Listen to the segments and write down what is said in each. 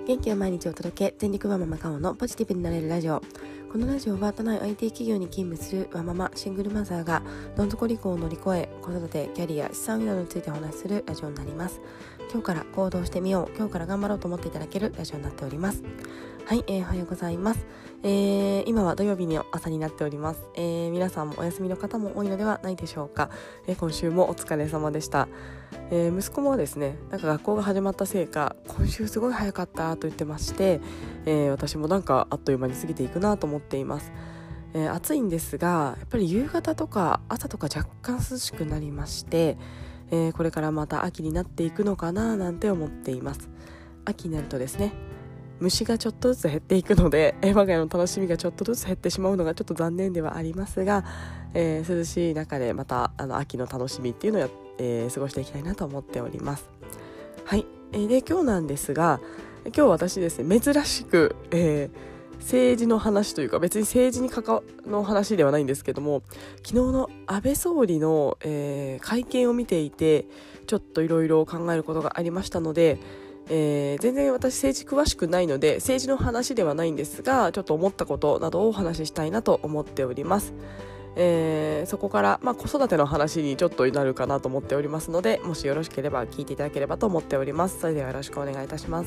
元気を毎日お届け、全力ワンママカオのポジティブになれるラジオ。このラジオは都内 IT 企業に勤務するワンママシングルマザーがどん底離婚を乗り越え、子育て、キャリア、資産運用についてお話しするラジオになります。今日から行動してみよう、今日から頑張ろうと思っていただけるラジオになっております。はい、おはようございます。今は土曜日の朝になっております。皆さんもお休みの方も多いのではないでしょうか。今週もお疲れ様でした。息子もですね、学校が始まったせいか今週すごい早かったと言ってまして、私もあっという間に過ぎていくなと思っています。暑いんですが、やっぱり夕方とか朝とか若干涼しくなりまして、これからまた秋になっていくのかななんて思っています。秋になるとですね、虫がちょっとずつ減っていくので、我が家の楽しみがちょっとずつ減ってしまうのがちょっと残念ではありますが、涼しい中でまた秋の楽しみっていうのを過ごしていきたいなと思っております。はい、で今日なんですが、今日私ですね、珍しく、政治の話というか、別に政治にの話ではないんですけども、昨日の安倍総理の、会見を見ていて、ちょっといろいろ考えることがありましたので、全然私政治詳しくないので政治の話ではないんですが、ちょっと思ったことなどをお話ししたいなと思っております。そこから、子育ての話にちょっとなるかなと思っておりますので、もしよろしければ聞いていただければと思っております。それではよろしくお願いいたします。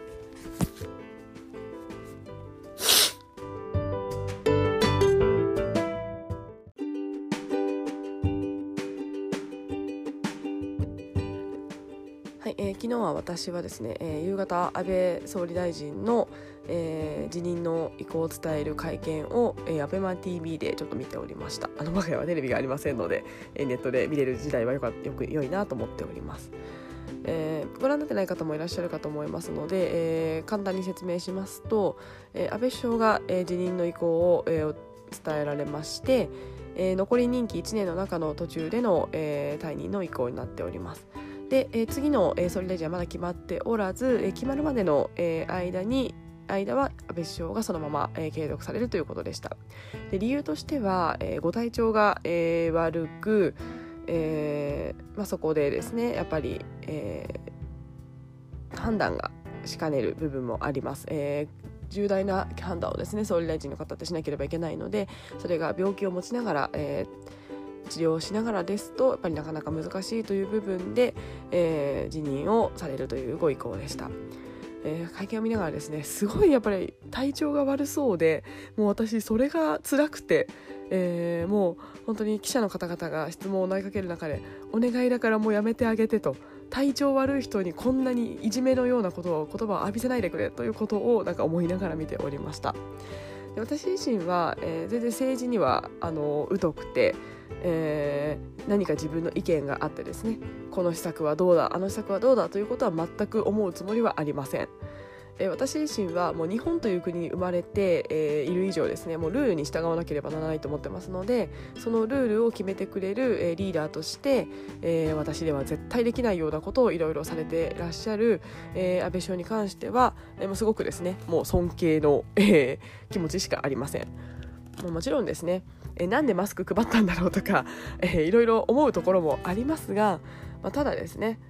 はい、昨日は私はですね、夕方安倍総理大臣の、辞任の意向を伝える会見を、アベマ TV でちょっと見ておりました。我が家はテレビがありませんので、ネットで見れる時代は良いなと思っております。ご覧になってない方もいらっしゃるかと思いますので、簡単に説明しますと、安倍首相が、辞任の意向を、伝えられまして、残り任期1年の中の途中での、退任の意向になっております。で、次の、総理大臣はまだ決まっておらず、決まるまでの、間は安倍首相がそのまま、継続されるということでした。で、理由としては、ご体調が、悪く、そこでですね、やっぱり、判断がしかねる部分もあります。重大な判断をですね、総理大臣の方ってしなければいけないので、それが病気を持ちながら、治療をしながらですとやっぱりなかなか難しいという部分で、辞任をされるというご意向でした。会見を見ながらですね、すごいやっぱり体調が悪そうで、もう私それが辛くて、もう本当に記者の方々が質問を投げかける中で、お願いだからもうやめてあげてと、体調悪い人にこんなにいじめのような言葉を浴びせないでくれということを思いながら見ておりました。で、私自身は、全然政治には疎くて、何か自分の意見があってですね、この施策はどうだ、あの施策はどうだということは全く思うつもりはありません。私自身はもう日本という国に生まれて、いる以上ですね、もうルールに従わなければならないと思ってますので、そのルールを決めてくれる、リーダーとして、私では絶対できないようなことをいろいろされていらっしゃる、安倍首相に関しては、もうすごくですね、もう尊敬の、気持ちしかありません。もちろんですね、なんでマスク配ったんだろうとか、いろいろ思うところもありますが、ただですね、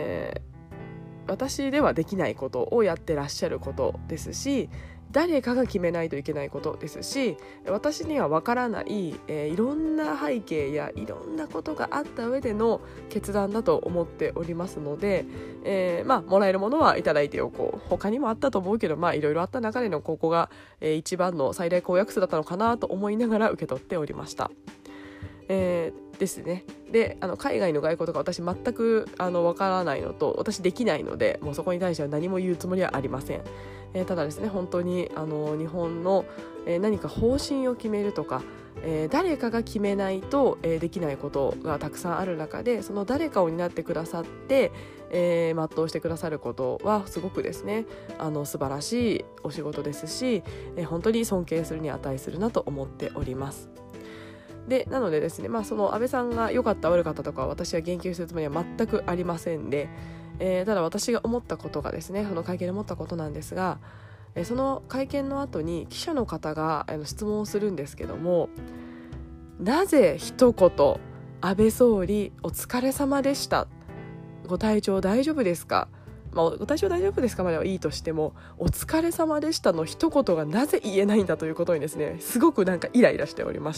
私ではできないことをやってらっしゃることですし、誰かが決めないといけないことですし、私にはわからない、いろんな背景やいろんなことがあった上での決断だと思っておりますので、もらえるものはいただいておこう。他にもあったと思うけど、いろいろあった中でのここが、一番の最大公約数だったのかなと思いながら受け取っておりました。ですね。で、海外の外交とか私全くわからないのと、私できないので、もうそこに対しては何も言うつもりはありません。ただですね、本当に日本の、何か方針を決めるとか、誰かが決めないと、できないことがたくさんある中で、その誰かを担ってくださって、全うしてくださることはすごくですね、素晴らしいお仕事ですし、本当に尊敬するに値するなと思っております。で、なのでですね、その安倍さんが良かった悪かったとか私は言及するつもりは全くありませんで、ただ私が思ったことがですね、その会見で思ったことなんですが、その会見の後に記者の方が質問をするんですけども、なぜ一言安倍総理お疲れ様でした、ご体調大丈夫ですか私は大丈夫ですかまではいいとしても、お疲れ様でしたの一言がなぜ言えないんだということにですね、すごくイライラしておりました。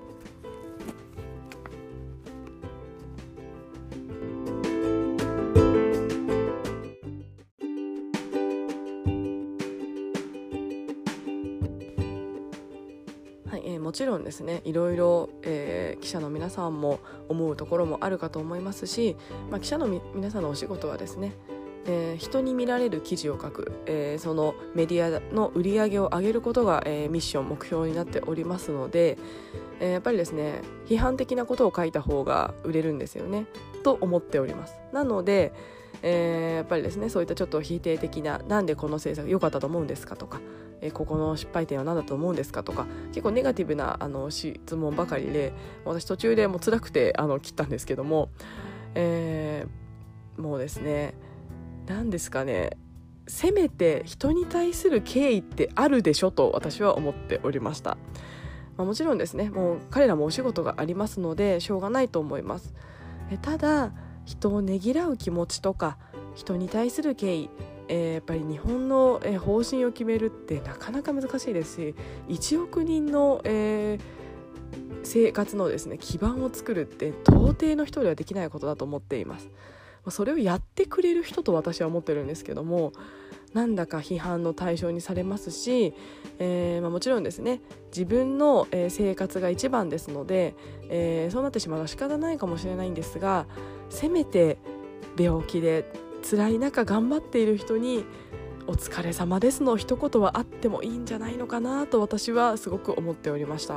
もちろんですね、いろいろ、記者の皆さんも思うところもあるかと思いますし、記者の皆さんのお仕事はですね、人に見られる記事を書く、そのメディアの売り上げを上げることが、ミッション目標になっておりますので、やっぱりですね、批判的なことを書いた方が売れるんですよねと思っております。なので、やっぱりですね、そういったちょっと否定的な、なんでこの政策良かったと思うんですかとか、ここの失敗点は何だと思うんですかとか、結構ネガティブな質問ばかりで、私途中でもう辛くて切ったんですけども、もうですね、何ですかね、せめて人に対する敬意ってあるでしょと私は思っておりました。もちろんですね、もう彼らもお仕事がありますのでしょうがないと思います。ただ人をねぎらう気持ちとか人に対する敬意、やっぱり日本の方針を決めるってなかなか難しいですし、1億人の、生活のですね基盤を作るって到底の人ではできないことだと思っています。それをやってくれる人と私は思ってるんですけども、なんだか批判の対象にされますし、もちろんですね、自分の、生活が一番ですので、そうなってしまうのは仕方ないかもしれないんですが、せめて病気で辛い中頑張っている人にお疲れ様ですの一言はあってもいいんじゃないのかなと私はすごく思っておりました。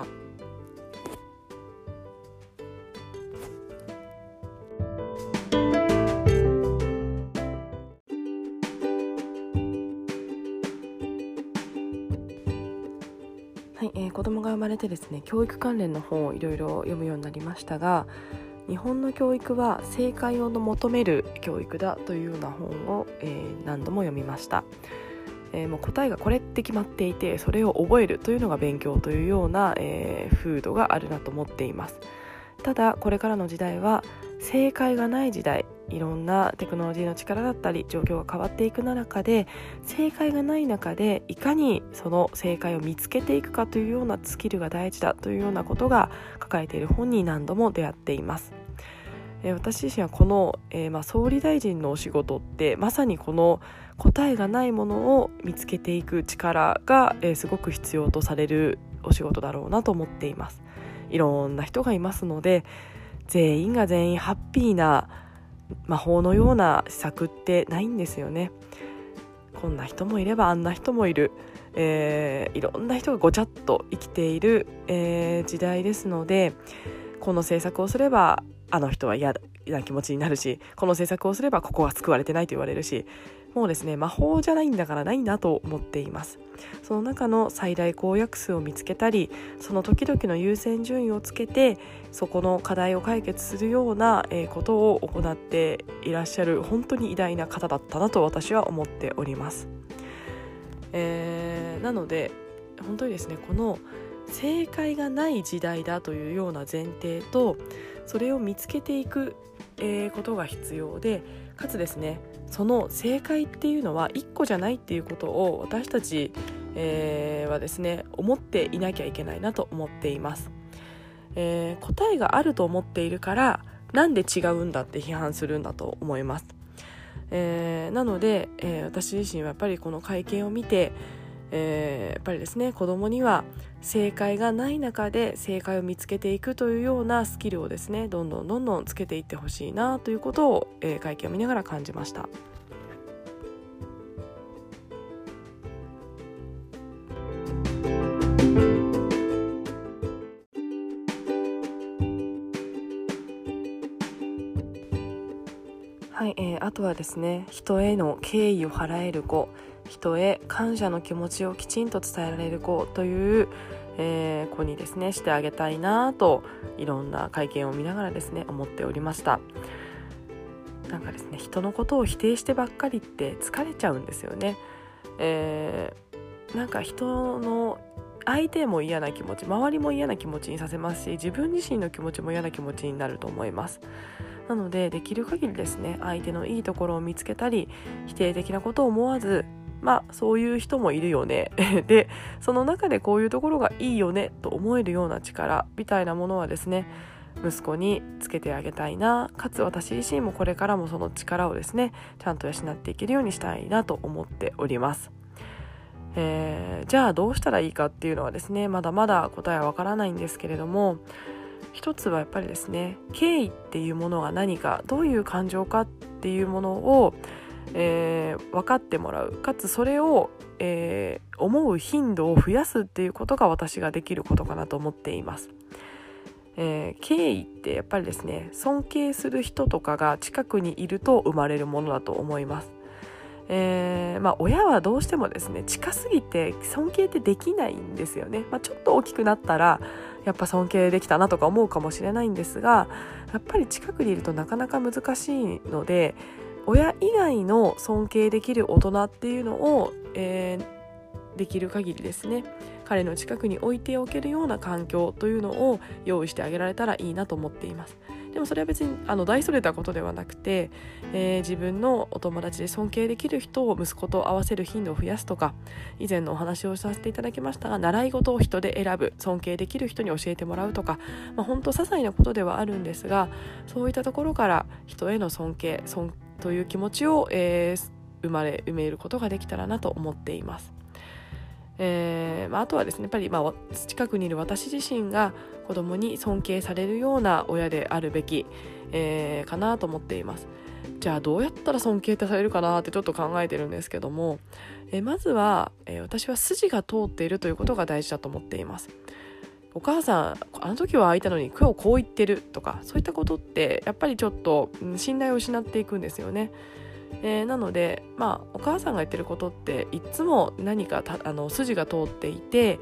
子供が生まれてですね、教育関連の本をいろいろ読むようになりましたが、日本の教育は正解を求める教育だというような本を、何度も読みました。もう答えがこれって決まっていて、それを覚えるというのが勉強というような、風土があるなと思っています。ただこれからの時代は正解がない時代、いろんなテクノロジーの力だったり状況が変わっていく中で、正解がない中でいかにその正解を見つけていくかというようなスキルが大事だというようなことが書かれている本に何度も出会っています。私自身はこの、総理大臣のお仕事ってまさにこの答えがないものを見つけていく力が、すごく必要とされるお仕事だろうなと思っています。いろんな人がいますので、全員が全員ハッピーな魔法のような施策ってないんですよね。こんな人もいればあんな人もいる、いろんな人がごちゃっと生きている、時代ですので、この政策をすればあの人は嫌な気持ちになるし、この政策をすればここは救われてないと言われるし、もうですね、魔法じゃないんだからないなと思っています。その中の最大公約数を見つけたり、その時々の優先順位をつけてそこの課題を解決するようなことを行っていらっしゃる本当に偉大な方だったなと私は思っております。なので本当にですね、この正解がない時代だというような前提と、それを見つけていく、ことが必要で、かつですね、その正解っていうのは1個じゃないっていうことを私たち、はですね思っていなきゃいけないなと思っています。答えがあると思っているからなんで違うんだって批判するんだと思います。なので、私自身はやっぱりこの会見を見て、やっぱりですね、子供には正解がない中で正解を見つけていくというようなスキルをですね、どんどんつけていってほしいなということを、会見を見ながら感じました。はい、あとはですね、人への敬意を払える子、人へ感謝の気持ちをきちんと伝えられる子という、子にですねしてあげたいなと、いろんな会見を見ながらですね思っておりました。なんかですね、人のことを否定してばっかりって疲れちゃうんですよね。なんか人の相手も嫌な気持ち、周りも嫌な気持ちにさせますし、自分自身の気持ちも嫌な気持ちになると思います。 なのでできる限りですね、相手のいいところを見つけたり、否定的なことを思わず、そういう人もいるよねで、その中でこういうところがいいよねと思えるような力みたいなものはですね、息子につけてあげたいな、かつ私自身もこれからもその力をですね、ちゃんと養っていけるようにしたいなと思っております。じゃあどうしたらいいかっていうのはですね、まだまだ答えはわからないんですけれども、一つはやっぱりですね、敬意っていうものが何か、どういう感情かっていうものを、分かってもらう、かつそれを、思う頻度を増やすっていうことが私ができることかなと思っています。敬意ってやっぱりですね、尊敬する人とかが近くにいると生まれるものだと思います。親はどうしてもですね、近すぎて尊敬ってできないんですよね。ちょっと大きくなったらやっぱ尊敬できたなとか思うかもしれないんですが、やっぱり近くにいるとなかなか難しいので、親以外の尊敬できる大人っていうのを、できる限りですね、彼の近くに置いておけるような環境というのを用意してあげられたらいいなと思っています。でもそれは別に大それたことではなくて、自分のお友達で尊敬できる人を息子と合わせる頻度を増やすとか、以前のお話をさせていただきましたが、習い事を人で選ぶ、尊敬できる人に教えてもらうとか、本当些細なことではあるんですが、そういったところから人への尊敬という気持ちを、埋めることができたらなと思っています。あとはですね、やっぱり近くにいる私自身が子供に尊敬されるような親であるべき、かなと思っています。じゃあどうやったら尊敬ってされるかなってちょっと考えてるんですけども、まずは、私は筋が通っているということが大事だと思っています。お母さんあの時は空いたのに今日こう言ってるとか、そういったことってやっぱりちょっと信頼を失っていくんですよね。なので、お母さんが言ってることっていつも何か筋が通っていて、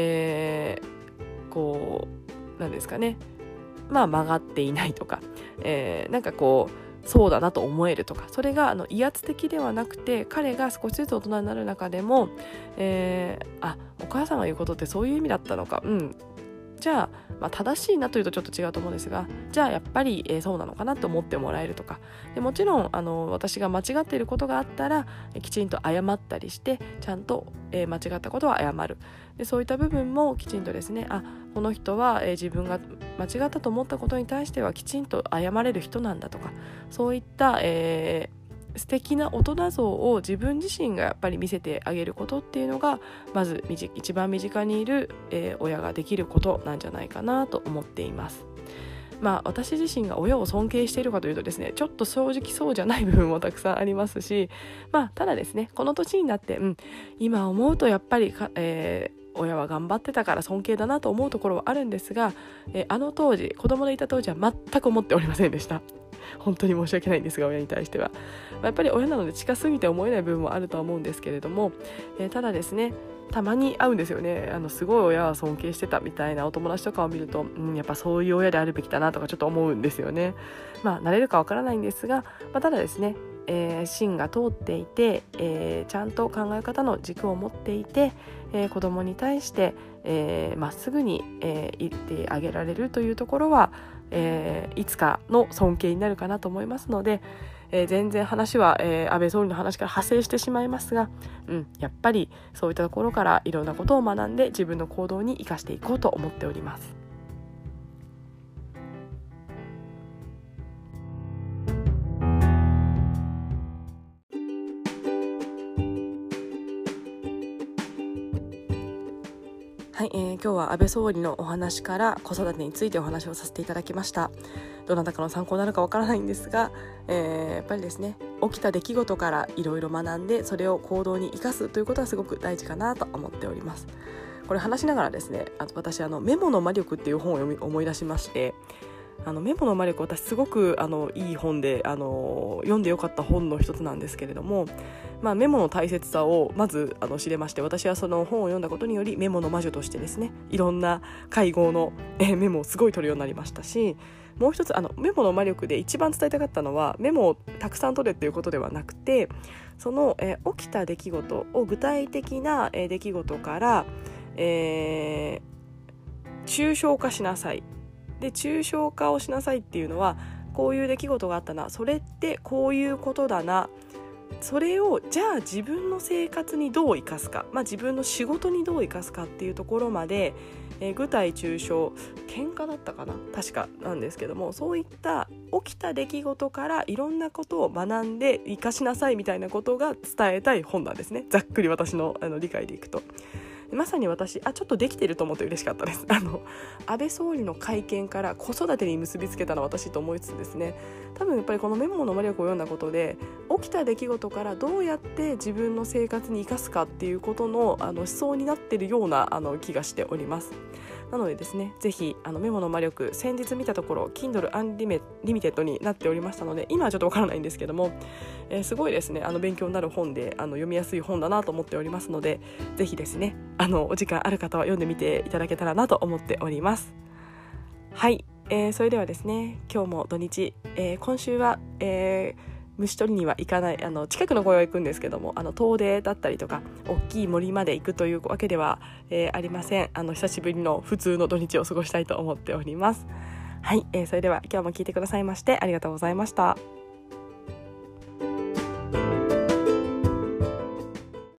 なんですかね、曲がっていないとか、そうだなと思えるとか、それが威圧的ではなくて、彼が少しずつ大人になる中でも、お母さんが言うことってそういう意味だったのか、じゃあ、正しいなというとちょっと違うと思うんですが、じゃあやっぱり、そうなのかなと思ってもらえるとかで、もちろん私が間違っていることがあったらきちんと謝ったりして、ちゃんと、間違ったことは謝る。でそういった部分もきちんとですね、この人は、自分が間違ったと思ったことに対してはきちんと謝れる人なんだとか、そういった、素敵な大人像を自分自身がやっぱり見せてあげることっていうのが、まず一番身近にいる、親ができることなんじゃないかなと思っています。私自身が親を尊敬しているかというとですね、ちょっと正直そうじゃない部分もたくさんありますし、ただですね、この年になって、今思うとやっぱり親は頑張ってたから尊敬だなと思うところはあるんですが、当時子供でいた当時は全く思っておりませんでした。本当に申し訳ないんですが、親に対しては、やっぱり親なので近すぎて思えない部分もあるとは思うんですけれども、ただですね、たまに会うんですよね。すごい親は尊敬してたみたいなお友達とかを見ると、やっぱそういう親であるべきだなとかちょっと思うんですよね。なれるかわからないんですが、ただですね、芯が通っていて、ちゃんと考え方の軸を持っていて、子供に対してまっすぐに、言ってあげられるというところは、いつかの尊敬になるかなと思いますので、全然話は、安倍総理の話から派生してしまいますが、やっぱりそういったところからいろんなことを学んで自分の行動に生かしていこうと思っております。はい、今日は安倍総理のお話から子育てについてお話をさせていただきました。どなたかの参考になるかわからないんですが、やっぱりですね、起きた出来事からいろいろ学んで、それを行動に生かすということはすごく大事かなと思っております。これ話しながらですね、私メモの魔力っていう本を思い出しまして、メモの魔力、私すごくいい本で読んでよかった本の一つなんですけれども、メモの大切さをまず知れまして、私はその本を読んだことによりメモの魔女としてですね、いろんな会合のメモをすごい取るようになりましたし、もう一つメモの魔力で一番伝えたかったのは、メモをたくさん取れっていうことではなくて、その起きた出来事を具体的な出来事から抽象化しなさい。で抽象化をしなさいっていうのは、 こういう出来事があったな、それってこういうことだな、それをじゃあ自分の生活にどう生かすか、自分の仕事にどう生かすかっていうところまで、具体抽象、喧嘩だったかな、確かなんですけども、そういった起きた出来事からいろんなことを学んで生かしなさいみたいなことが伝えたい本なんですね。ざっくり私の理解でいくと、まさに私ちょっとできてると思って嬉しかったです。安倍総理の会見から子育てに結びつけたのは私と思いつつですね、多分やっぱりこのメモの魔力を読んだことで、起きた出来事からどうやって自分の生活に生かすかっていうことの思想になっているような気がしております。なのでですね、ぜひメモの魔力、先日見たところ Kindle Unlimited になっておりましたので、今はちょっとわからないんですけども、すごいですね、勉強になる本で読みやすい本だなと思っておりますので、ぜひですねお時間ある方は読んでみていただけたらなと思っております。はい、それではですね、今日も土日、今週は、虫取りには行かない、近くの公園は行くんですけども、遠出だったりとか大きい森まで行くというわけでは、ありません。久しぶりの普通の土日を過ごしたいと思っております。はい、それでは今日も聞いてくださいましてありがとうございました。